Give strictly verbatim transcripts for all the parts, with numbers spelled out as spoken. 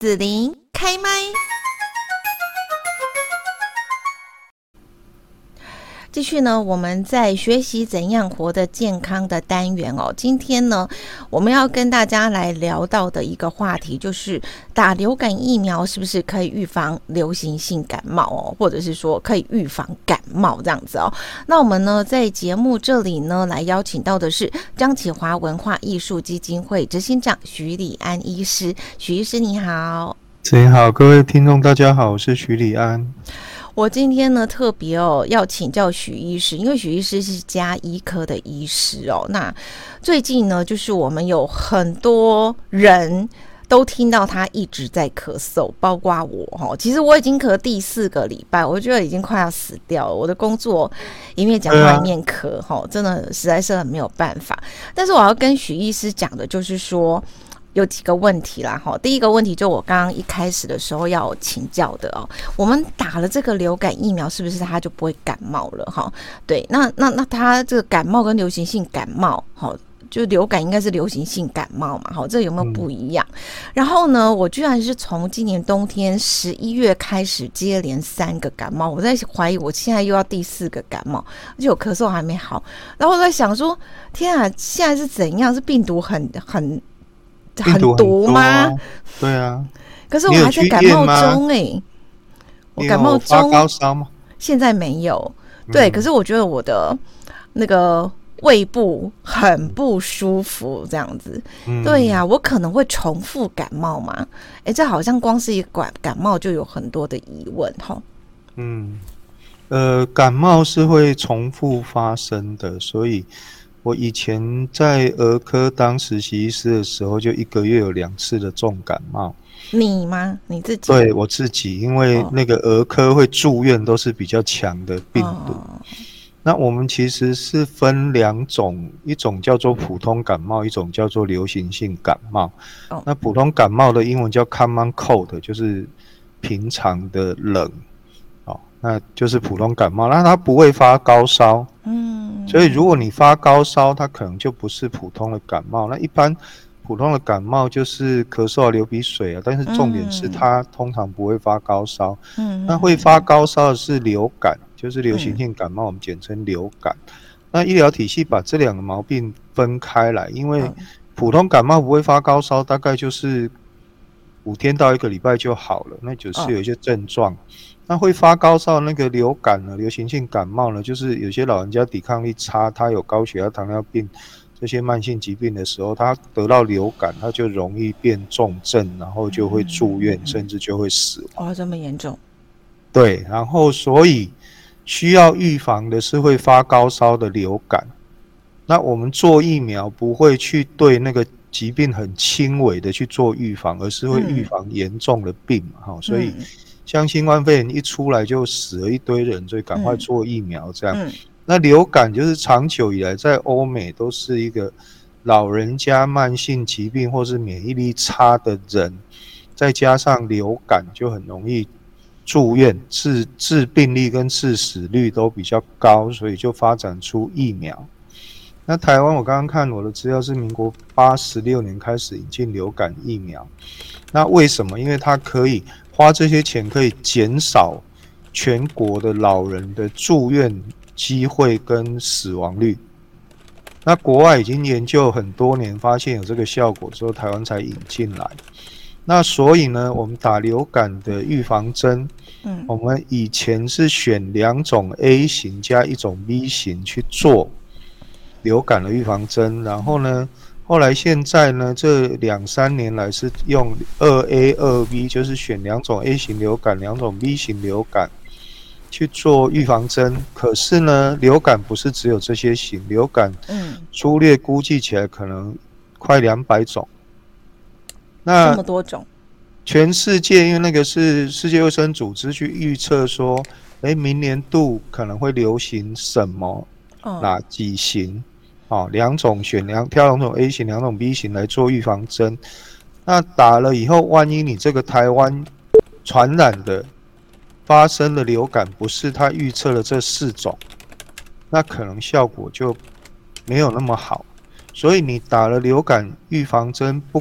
子琳开麦。继续呢，我们在学习怎样活得健康的单元哦。今天呢，我们要跟大家来聊到的一个话题，就是打流感疫苗是不是可以预防流行性感冒哦，或者是说可以预防感冒这样子哦。那我们呢，在节目这里呢，来邀请到的是张启华文化艺术基金会执行长许礼安医师。许医师你好。 子琳好，各位听众大家好，我是许礼安。 我今天呢特别哦要请教许医师，因为许医师是家医科的医师哦。那最近呢，就是我们有很多人都听到他一直在咳嗽，包括我哦。其实我已经咳第四个礼拜，我觉得已经快要死掉了。我的工作一面讲话一面咳，哈、啊，真的实在是很没有办法。但是我要跟许医师讲的就是说，有几个问题啦哈，第一个问题就我刚刚一开始的时候要请教的哦，我们打了这个流感疫苗，是不是他就不会感冒了哈？对，那那那他这个感冒跟流行性感冒，哈，就流感应该是流行性感冒嘛，哈，这有没有不一样？嗯、然后呢，我居然是从今年冬天十一月开始接连三个感冒，我在怀疑我现在又要第四个感冒，而且我咳嗽还没好，然后我在想说，天啊，现在是怎样？是病毒很很。很毒吗？ 啊对啊， 可是我还在感冒中哎、欸，我感冒中发高烧吗？ 现在没有，对、嗯，可是我觉得我的那个胃部很不舒服，这样子，嗯、对呀、啊，我可能会重复感冒嘛？哎、欸，这好像光是一个感冒就有很多的疑问哈。 嗯，呃，感冒是会重复发生的，所以。我以前在儿科当实习医师的时候，就一个月有两次的重感冒。 你吗？你自己？ 对，我自己，因为那个儿科会住院，都是比较强的病毒。哦、那我们其实是分两种，一种叫做普通感冒，一种叫做流行性感冒。哦、那普通感冒的英文叫 common cold， 就是平常的冷。哦，那就是普通感冒，那它不会发高烧。嗯。所以如果你发高烧，它可能就不是普通的感冒。那一般普通的感冒就是咳嗽啊、流鼻水啊，但是重点是它通常不会发高烧。嗯，那会发高烧的是流感，就是流行性感冒，我们简称流感。那医疗体系把这两个毛病分开来，因为普通感冒不会发高烧，大概就是五天到一个礼拜就好了，那就是有一些症状。那会发高烧那个流感呢，流行性感冒呢，就是有些老人家抵抗力差，他有高血压、糖尿病这些慢性疾病的时候，他得到流感，他就容易变重症，然后就会住院，嗯、甚至就会死亡。 哦，这么严重？ 对，然后所以需要预防的是会发高烧的流感。那我们做疫苗不会去对那个疾病很轻微的去做预防，而是会预防严重的病嘛，嗯、所以。嗯像新冠肺炎一出来就死了一堆人，所以赶快做疫苗这样。嗯嗯、那流感就是长久以来在欧美都是一个老人家慢性疾病或是免疫力差的人，再加上流感就很容易住院，致致病率跟致死率都比较高，所以就发展出疫苗。那台湾我刚刚看我的资料是民国八十六年开始引进流感疫苗，那为什么？因为它可以花这些钱可以减少全国的老人的住院机会跟死亡率。那国外已经研究很多年，发现有这个效果之后，台湾才引进来。那所以呢，我们打流感的预防针，嗯，我们以前是选两种 A 型加一种 B 型去做流感的预防针，然后呢，后来现在呢，这两三年来是用二 A 二 B， 就是选两种 A 型流感，两种 B 型流感去做预防针。可是呢，流感不是只有这些型，流感粗略估计起来可能快两百种。那这么多种， 全世界因为那个是世界卫生组织去预测说，哎，明年度可能会流行什么，哦、哪几型？哦，两种选两挑两种 A 型，两种 B 型来做预防针。那打了以后，万一你这个台湾传染的发生的流感不是他预测的这四种，那可能效果就没有那么好。所以你打了流感预防针不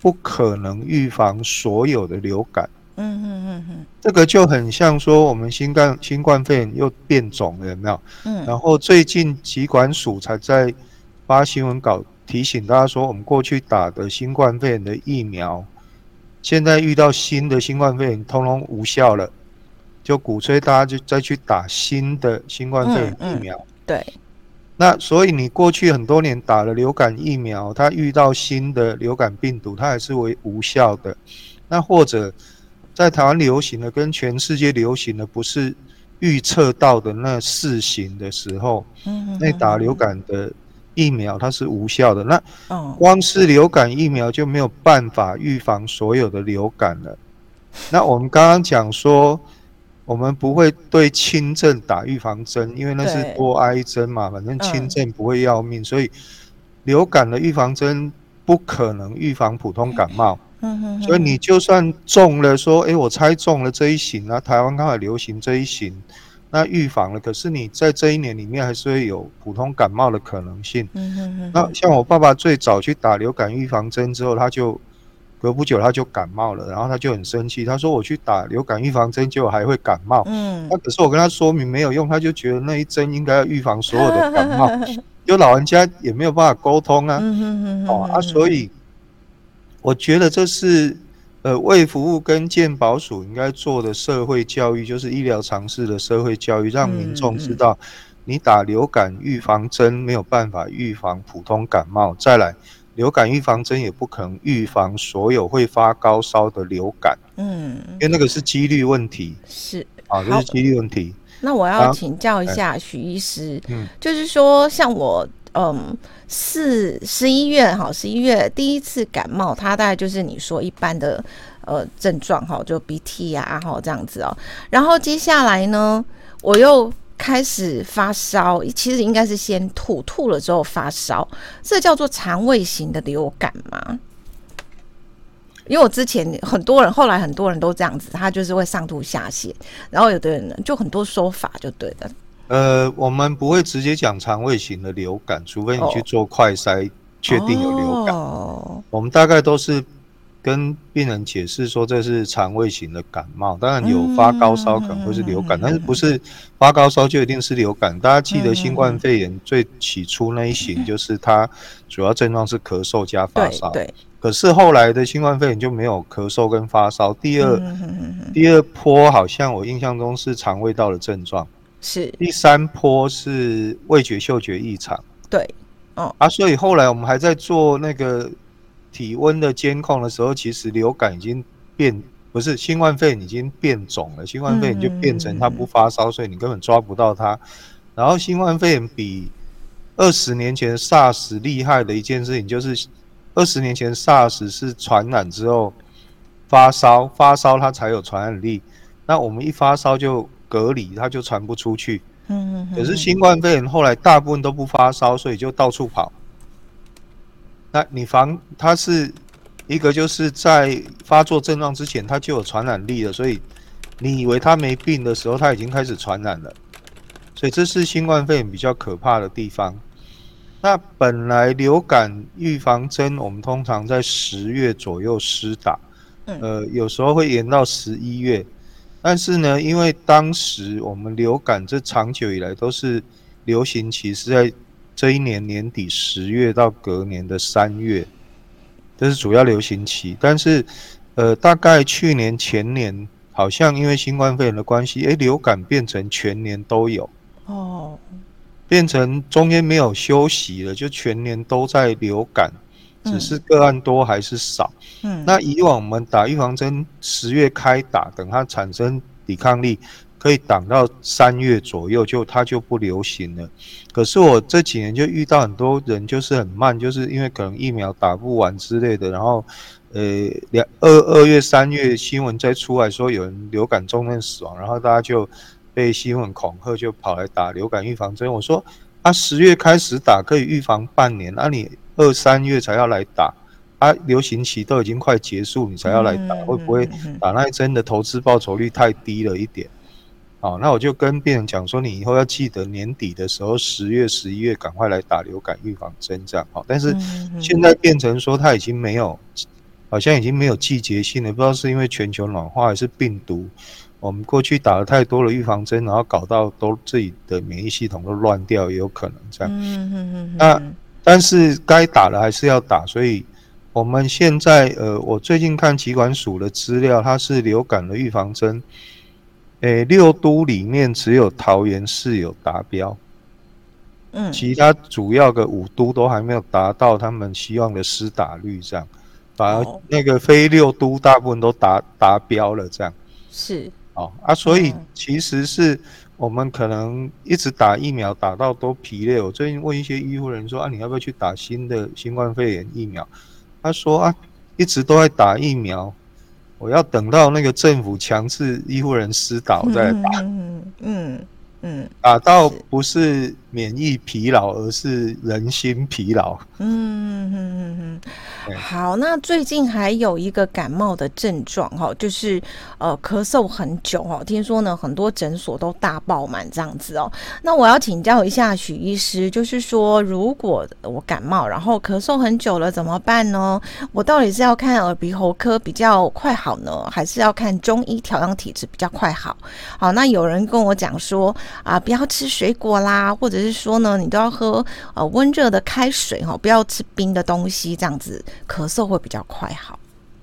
不可能预防所有的流感。 嗯嗯嗯嗯， 这个就很像说我们新冠新冠肺炎又变种了，有没有？ 嗯， 然后最近疾管署才在发新闻稿提醒大家说，我们过去打的新冠肺炎的疫苗，现在遇到新的新冠肺炎通通无效了，就鼓吹大家就再去打新的新冠肺炎疫苗。 嗯嗯、对。 那所以你过去很多年打了流感疫苗，它遇到新的流感病毒，它还是为无效的。那或者在台湾流行的跟全世界流行的不是预测到的那四型的时候， 嗯， 那打流感的疫苗它是无效的。那哦， 光是流感疫苗就没有办法预防所有的流感了。那我们刚刚讲说，我们不会对轻症打预防针，因为那是多挨针嘛，反正轻症不会要命，所以流感的预防针不可能预防普通感冒。所以你就算中了说，诶，我猜中了这一型啊，台湾刚好流行这一型，那预防了，可是你在这一年里面还是会有普通感冒的可能性。那像我爸爸最早去打流感预防针之后，他就隔不久他就感冒了，然后他就很生气，他说我去打流感预防针结果还会感冒。嗯，那可是我跟他说明没有用，他就觉得那一针应该要预防所有的感冒，有老人家也没有办法沟通啊。哦啊，所以我觉得这是呃卫福部跟健保署应该做的社会教育，就是医疗常识的社会教育，让民众知道你打流感预防针没有办法预防普通感冒，再来流感预防针也不可能预防所有会发高烧的流感，嗯，因为那个是几率问题， 是啊，这是几率问题。 那我要请教一下许医师，嗯，就是说像我嗯四十一月哈，十一月第一次感冒，它大概就是你说一般的呃症状哈，就鼻涕啊哈这样子哦，然后接下来呢，我又开始发烧，其实应该是先吐，吐了之后发烧，这叫做肠胃型的流感吗？因为我之前很多人，后来很多人都这样子，他就是会上吐下泻，然后有的人就很多说法就对了。 呃，我们不会直接讲肠胃型的流感，除非你去做快筛，确定有流感。哦，我们大概都是跟病人解释说这是肠胃型的感冒，当然有发高烧可能会是流感，嗯、但是不是发高烧就一定是流感。大家记得新冠肺炎最起初那一型，就是它主要症状是咳嗽加发烧。对。对，可是后来的新冠肺炎就没有咳嗽跟发烧。第二，嗯、第二波好像我印象中是肠胃道的症状。是，第三波是味觉嗅觉异常。对，哦啊，所以后来我们还在做那个体温的监控的时候，其实流感已经变，不是新冠肺炎已经变种了，新冠肺炎就变成它不发烧，所以你根本抓不到它。然后新冠肺炎比二十年前 SARS 厉害的一件事情，就是二十年前 SARS 是传染之后发烧，发烧它才有传染力，那我们一发烧就隔离，它就传不出去。嗯，可是新冠肺炎后来大部分都不发烧，所以就到处跑。那你防它是一个就是在发作症状之前它就有传染力了，所以你以为它没病的时候，它已经开始传染了。所以这是新冠肺炎比较可怕的地方。那本来流感预防针我们通常在十月左右施打，呃，有时候会延到十一月。但是呢，因为当时我们流感这长久以来都是流行期是在这一年年底十月到隔年的三月，这是主要流行期。但是呃，大概去年前年好像因为新冠肺炎的关系，诶，流感变成全年都有。哦，变成中间没有休息了，就全年都在流感，只是个案多还是少。嗯，那以往我们打预防针十月开打，等它产生抵抗力，可以挡到三月左右，就它就不流行了。可是我这几年就遇到很多人就是很慢，就是因为可能疫苗打不完之类的，然后呃两二二月三月新闻再出来说有人流感重症死亡，然后大家就被新闻恐吓，就跑来打流感预防针。我说啊，十月开始打可以预防半年，啊你二三月才要来打，啊流行期都已经快结束，你才要来打，会不会打那一针的投资报酬率太低了一点？好，那我就跟病人讲说，你以后要记得年底的时候，十月、十一月赶快来打流感预防针，这样好。但是现在变成说他已经没有好像已经没有季节性了，不知道是因为全球暖化还是病毒，我们过去打了太多的预防针，然后搞到都自己的免疫系统都乱掉，也有可能这样。 嗯哼哼哼， 那但是该打的还是要打，所以我们现在呃，我最近看疾管署的资料，它是流感的预防针，诶，六都里面只有桃园市有达标。 嗯， 其他主要的五都都还没有达到他们希望的施打率，这样，反而那个非六都大部分都达达标了，这样是哦啊，所以其实是我们可能一直打疫苗打到都疲累。我最近问一些医护人说啊，你要不要去打新的新冠肺炎疫苗？他说啊，一直都在打疫苗，我要等到那个政府强制医护人施打我再来打。 嗯嗯嗯， 打到不是免疫疲劳，而是人心疲劳。 嗯哼哼哼，好，那最近还有一个感冒的症状哈，就是呃咳嗽很久哈，听说呢很多诊所都大爆满这样子哦。那我要请教一下许医师，就是说如果我感冒然后咳嗽很久了怎么办呢？我到底是要看耳鼻喉科比较快好呢，还是要看中医调养体质比较快好？好，那有人跟我讲说啊，不要吃水果啦，或者是说呢，你都要喝呃温热的开水哈，不要吃冰的东西，这样子咳嗽会比较快好。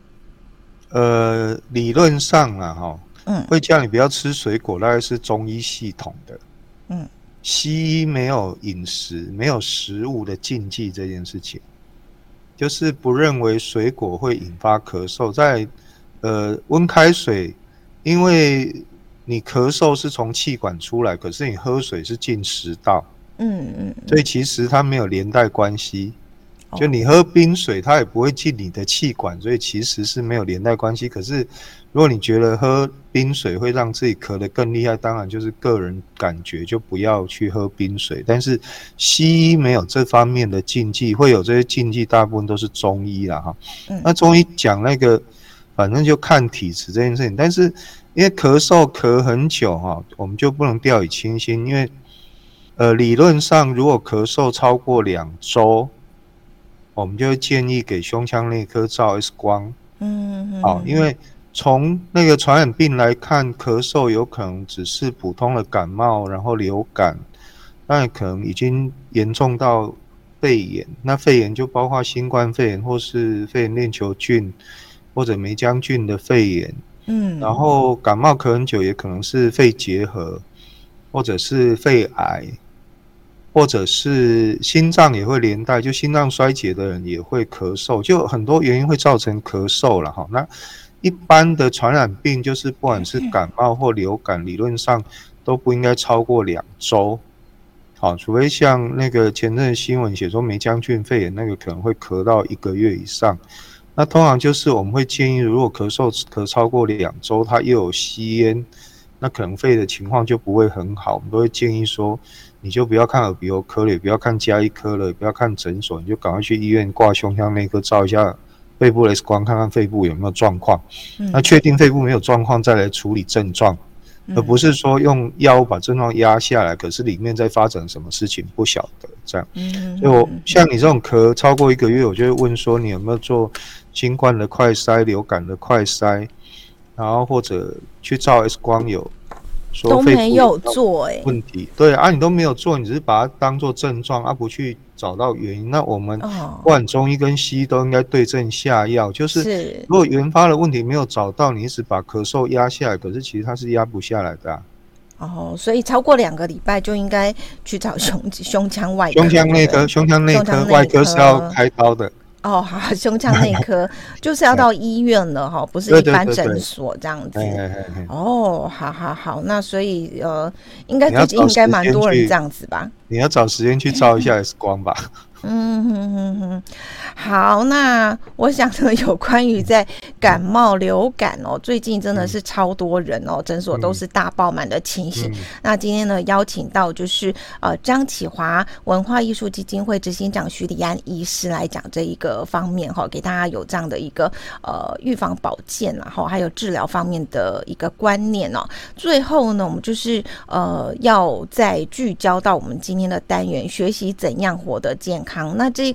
呃，理论上啊，哈， 嗯， 会叫你不要吃水果，大概是中医系统的。 嗯， 西医没有饮食，没有食物的禁忌这件事情，就是不认为水果会引发咳嗽。在呃温开水，因为你咳嗽是从气管出来，可是你喝水是进食道， 嗯嗯， 所以其实它没有连带关系。就你喝冰水，它也不会进你的气管，所以其实是没有连带关系。可是如果你觉得喝冰水会让自己咳得更厉害，当然就是个人感觉，就不要去喝冰水。但是西医没有这方面的禁忌，会有这些禁忌大部分都是中医啦哈。那中医讲那个，反正就看体质这件事情。但是因为咳嗽咳很久哈，我们就不能掉以轻心，因为呃理论上如果咳嗽超过两周，我们就会建议给胸腔内科照 X 光。嗯，好，因为从那个传染病来看，咳嗽有可能只是普通的感冒，然后流感，那可能已经严重到肺炎。那肺炎就包括新冠肺炎，或是肺炎链球菌，或者梅浆菌的肺炎。嗯，然后感冒咳很久，也可能是肺结核，或者是肺癌。或者是心脏也会连带，就心脏衰竭的人也会咳嗽，就很多原因会造成咳嗽了哈。那一般的传染病就是不管是感冒或流感，理论上都不应该超过两周。好，除非像那个前阵新闻写说梅浆菌肺炎那个可能会咳到一个月以上。那通常就是我们会建议，如果咳嗽咳超过两周，他又有吸烟，那可能肺的情况就不会很好。我们都会建议说，你就不要看耳鼻喉科了，也不要看家医科了，也不要看诊所，你就赶快去医院挂胸腔内科照一下肺部的 X 光，看看肺部有没有状况。嗯、那确定肺部没有状况，再来处理症状，嗯、而不是说用药物把症状压下来，可是里面在发展什么事情不晓得这样。嗯、所以我像你这种咳超过一个月，我就会问说你有没有做新冠的快筛、流感的快筛，然后或者去照 X 光有。 都没有做哎、欸， 问题对啊，你都没有做，你只是把它当做症状啊，不去找到原因。那我们不管中医跟西医都应该对症下药，就是如果原发的问题没有找到，你一直把咳嗽压下来，可是其实它是压不下来的啊。 哦，所以超过两个礼拜就应该去找胸胸腔外科、 胸腔内科、胸腔内科、外科是要开刀的。 哦，好，胸腔内科就是要到医院了哈，不是一般诊所这样子。对对对对对哦，好好好，那所以呃，应该最近应该蛮多人这样子吧？ 你要找时间去照一下 X 光吧。 嗯哼哼哼，好，那我想呢，有关于在感冒、流感哦，最近真的是超多人哦，诊所都是大爆满的情形。嗯、那今天呢，邀请到就是呃张启华文化艺术基金会执行长徐礼安医师来讲这一个方面哈、哦，给大家有这样的一个呃预防保健，然后还有治疗方面的一个观念哦。最后呢，我们就是呃要再聚焦到我们今天的单元，学习怎样活得健康。那这个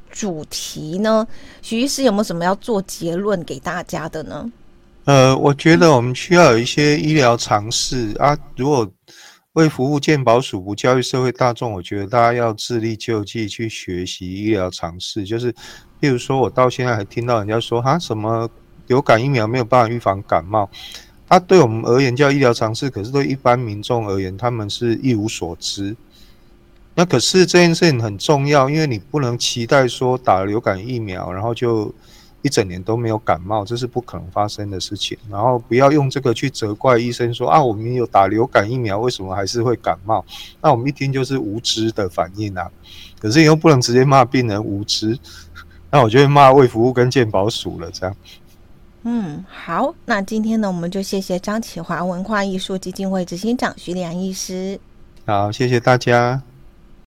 主题呢，许医师有没有什么要做结论给大家的呢？ 呃，我觉得我们需要有一些医疗常识啊。如果为服务健保署不教育社会大众，我觉得大家要自力救济去学习医疗常识。就是，比如说我到现在还听到人家说，哈，什么流感疫苗没有办法预防感冒，啊，对我们而言叫医疗常识，可是对一般民众而言，他们是一无所知。那可是这件事情很重要，因为你不能期待说打了流感疫苗，然后就一整年都没有感冒，这是不可能发生的事情。然后不要用这个去责怪医生说啊，我们有打流感疫苗，为什么还是会感冒？那我们一听就是无知的反应啊。可是你又不能直接骂病人无知，那我就会骂卫福部跟健保署了，这样。 嗯，好，那今天呢，我们就谢谢张启华文化艺术基金会执行长徐立安医师。 好，谢谢大家。